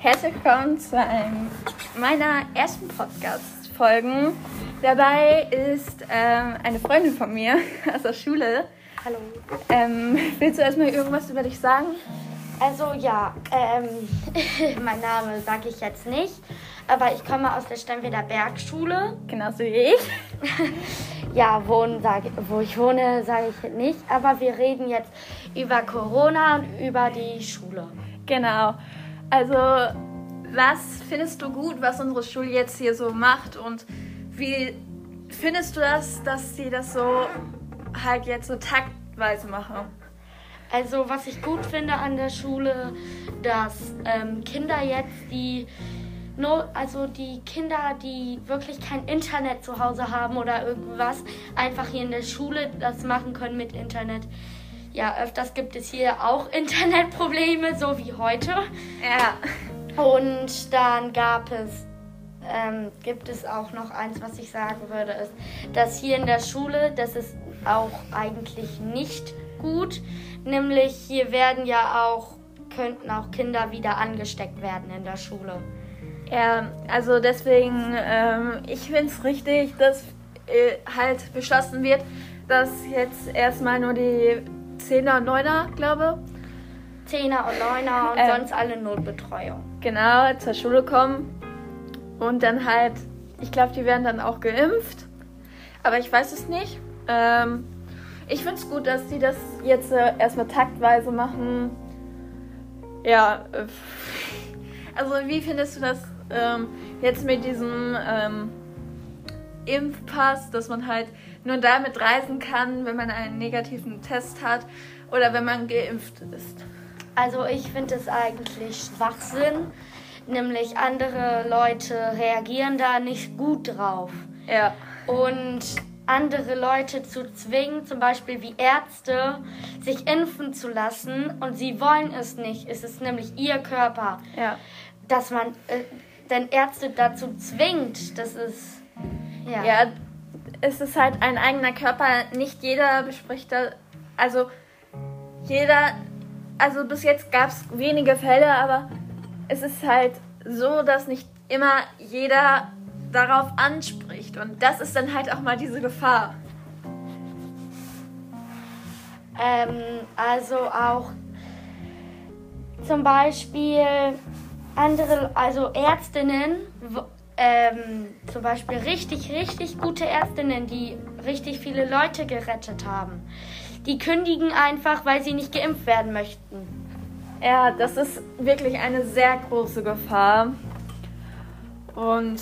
Herzlich willkommen zu meiner ersten Podcast-Folge. Dabei ist eine Freundin von mir aus der Schule. Hallo. Willst du erstmal irgendwas über dich sagen? Also ja, mein Name sage ich jetzt nicht, aber ich komme aus der Steinweder Bergschule. Genauso wie ich. Ja, wo ich wohne, sage ich nicht, aber wir reden jetzt über Corona und über die Schule. Genau. Also, was findest du gut, was unsere Schule jetzt hier so macht und wie findest du das, dass sie das so halt jetzt so taktweise machen? Also, was ich gut finde an der Schule, dass Kinder jetzt, die Kinder, die wirklich kein Internet zu Hause haben oder irgendwas, einfach hier in der Schule das machen können mit Internet. Ja, öfters gibt es hier auch Internetprobleme, so wie heute. Ja. Und dann gibt es auch noch eins, was ich sagen würde, ist, dass hier in der Schule, das ist auch eigentlich nicht gut. Nämlich hier könnten auch Kinder wieder angesteckt werden in der Schule. Ja, also deswegen, ich finde es richtig, dass halt beschlossen wird, dass jetzt erstmal nur die 10er und 9er, glaube ich. 10er und 9er und sonst alle Notbetreuung. Genau, zur Schule kommen und dann halt, ich glaube, die werden dann auch geimpft, aber ich weiß es nicht. Ich finde es gut, dass die das jetzt erstmal taktweise machen. Ja, also wie findest du das jetzt mit diesem Impfpass, dass man halt nur damit reisen kann, wenn man einen negativen Test hat oder wenn man geimpft ist? Also ich finde es eigentlich Schwachsinn, nämlich andere Leute reagieren da nicht gut drauf. Ja. Und andere Leute zu zwingen, zum Beispiel wie Ärzte, sich impfen zu lassen und sie wollen es nicht. Es ist nämlich ihr Körper. Ja. Dass man dann Ärzte dazu zwingt, das ist... Ja, es ist halt ein eigener Körper. Nicht jeder bespricht da... Also bis jetzt gab es wenige Fälle, aber es ist halt so, dass nicht immer jeder darauf anspricht. Und das ist dann halt auch mal diese Gefahr. Also auch zum Beispiel Ärztinnen, zum Beispiel richtig, richtig gute Ärztinnen, die richtig viele Leute gerettet haben. Die kündigen einfach, weil sie nicht geimpft werden möchten. Ja, das ist wirklich eine sehr große Gefahr. Und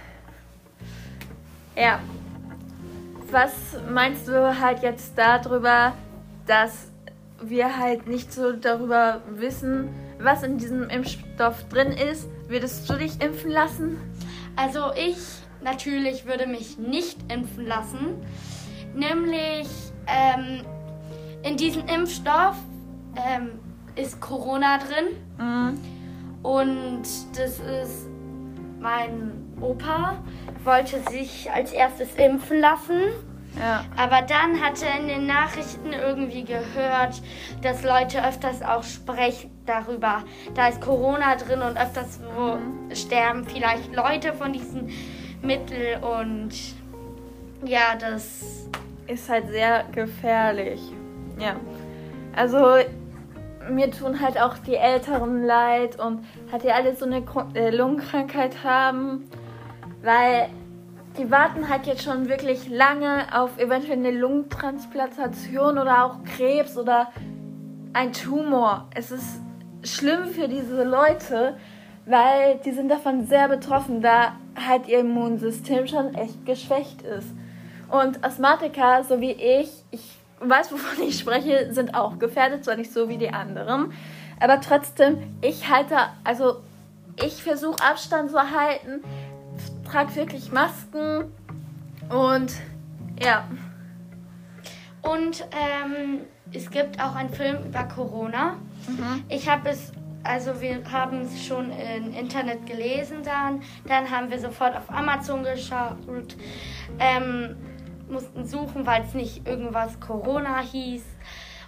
ja, was meinst du halt jetzt darüber, dass wir halt nicht so darüber wissen, was in diesem Impfstoff drin ist? Würdest du dich impfen lassen? Also ich natürlich würde mich nicht impfen lassen. Nämlich in diesem Impfstoff ist Corona drin. Mhm. Und das ist, mein Opa wollte sich als erstes impfen lassen. Ja. Aber dann hat er in den Nachrichten irgendwie gehört, dass Leute öfters auch sprechen darüber. Da ist Corona drin und öfters sterben vielleicht Leute von diesem Mittel. Und ja, das ist halt sehr gefährlich. Ja. Also mir tun halt auch die Älteren leid und halt die alle so eine Lungenkrankheit haben, weil die warten halt jetzt schon wirklich lange auf eventuell eine Lungentransplantation oder auch Krebs oder ein Tumor. Es ist schlimm für diese Leute, weil die sind davon sehr betroffen, da halt ihr Immunsystem schon echt geschwächt ist. Und Asthmatiker, so wie ich weiß, wovon ich spreche, sind auch gefährdet, zwar nicht so wie die anderen, aber trotzdem, ich versuche Abstand zu halten, trage wirklich Masken und ja. Und es gibt auch einen Film über Corona. Mhm. Wir haben es schon im Internet gelesen dann haben wir sofort auf Amazon geschaut, mussten suchen, weil es nicht irgendwas Corona hieß.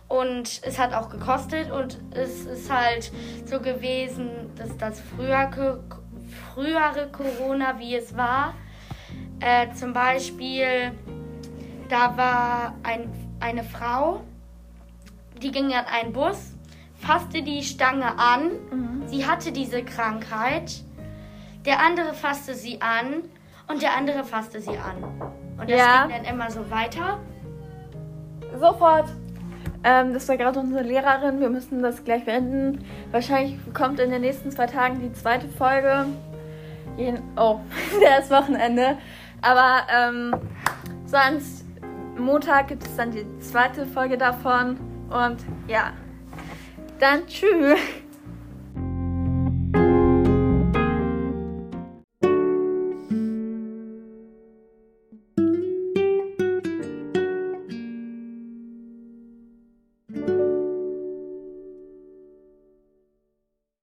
Und es hat auch gekostet und es ist halt so gewesen, dass das frühere Corona, wie es war, zum Beispiel, da war eine Frau, die ging an einen Bus, fasste die Stange an, sie hatte diese Krankheit, der andere fasste sie an und der andere fasste sie an. Und das ging dann immer so weiter. Sofort. Das war gerade unsere Lehrerin. Wir müssen das gleich beenden. Wahrscheinlich kommt in den nächsten 2 Tagen die 2. Folge. Der ist Wochenende. Aber sonst Montag gibt es dann die 2. Folge davon. Und ja, dann tschüss.